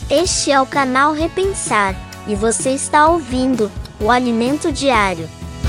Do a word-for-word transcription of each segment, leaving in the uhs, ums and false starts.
Este é o canal Repensar, e você está ouvindo o Alimento Diário.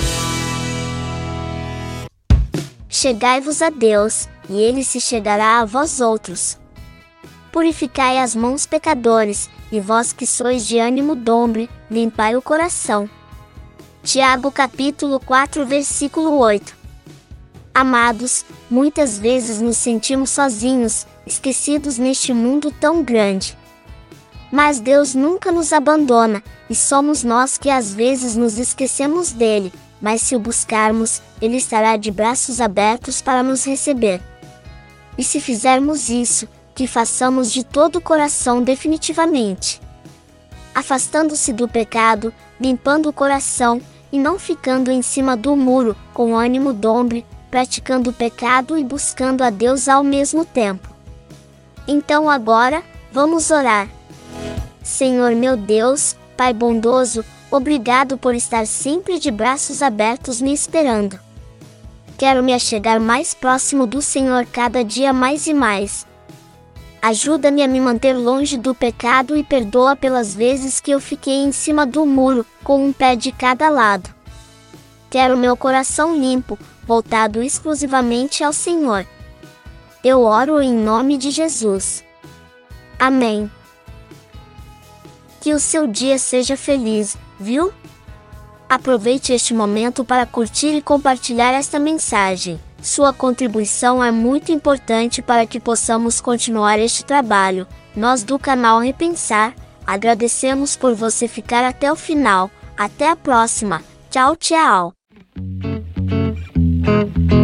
Chegai-vos a Deus, e Ele se chegará a vós outros. Purificai as mãos, pecadores, e vós que sois de ânimo dobre, limpai o coração. Tiago capítulo quatro versículo oito. Amados, muitas vezes nos sentimos sozinhos, esquecidos neste mundo tão grande. Mas Deus nunca nos abandona, e somos nós que às vezes nos esquecemos dele, mas se o buscarmos, ele estará de braços abertos para nos receber. E se fizermos isso, que façamos de todo o coração definitivamente. Afastando-se do pecado, limpando o coração, e não ficando em cima do muro, com ânimo dobre, praticando o pecado e buscando a Deus ao mesmo tempo. Então agora, vamos orar. Senhor meu Deus, Pai bondoso, obrigado por estar sempre de braços abertos me esperando. Quero me achegar mais próximo do Senhor cada dia mais e mais. Ajuda-me a me manter longe do pecado e perdoa pelas vezes que eu fiquei em cima do muro, com um pé de cada lado. Quero meu coração limpo, voltado exclusivamente ao Senhor. Eu oro em nome de Jesus. Amém. Que o seu dia seja feliz, viu? Aproveite este momento para curtir e compartilhar esta mensagem. Sua contribuição é muito importante para que possamos continuar este trabalho. Nós do canal Repensar, agradecemos por você ficar até o final. Até a próxima. Tchau, tchau.